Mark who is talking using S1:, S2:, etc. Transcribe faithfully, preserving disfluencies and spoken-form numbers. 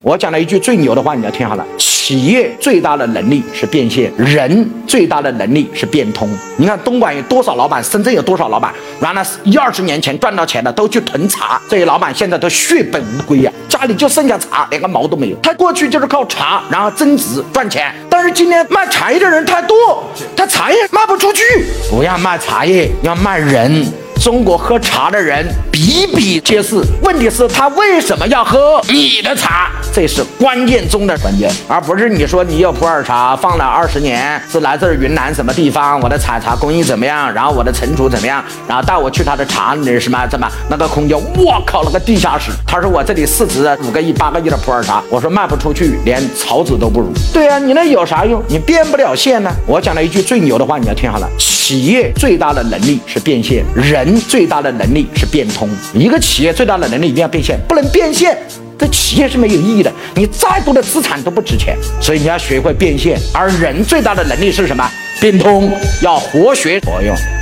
S1: 我讲了一句最牛的话，你要听好了。企业最大的能力是变现，人最大的能力是变通。你看东莞有多少老板，深圳有多少老板，原来一二十年前赚到钱的都去囤茶，这些老板现在都血本无归啊，家里就剩下茶，连个毛都没有。他过去就是靠茶，然后增值赚钱，但是今天卖茶叶的人太多，他茶叶卖不出去。不要卖茶叶，要卖人。中国喝茶的人比比皆是，问题是他为什么要喝你的茶？这是关键中的关键，而不是你说你有普洱茶放了二十年，是来自云南什么地方，我的采茶工艺怎么样，然后我的存储怎么样，然后带我去他的茶那什么怎么那个空间，我靠，那个地下室。他说我这里市值五个亿八个亿的普洱茶，我说卖不出去，连草籽都不如。对啊，你那有啥用？你变不了现呢。我讲了一句最牛的话，你要听好了。企业最大的能力是变现，人最大的能力是变通。一个企业最大的能力一定要变现，不能变现，这企业是没有意义的，你再多的资产都不值钱。所以你要学会变现，而人最大的能力是什么？变通，要活学活用。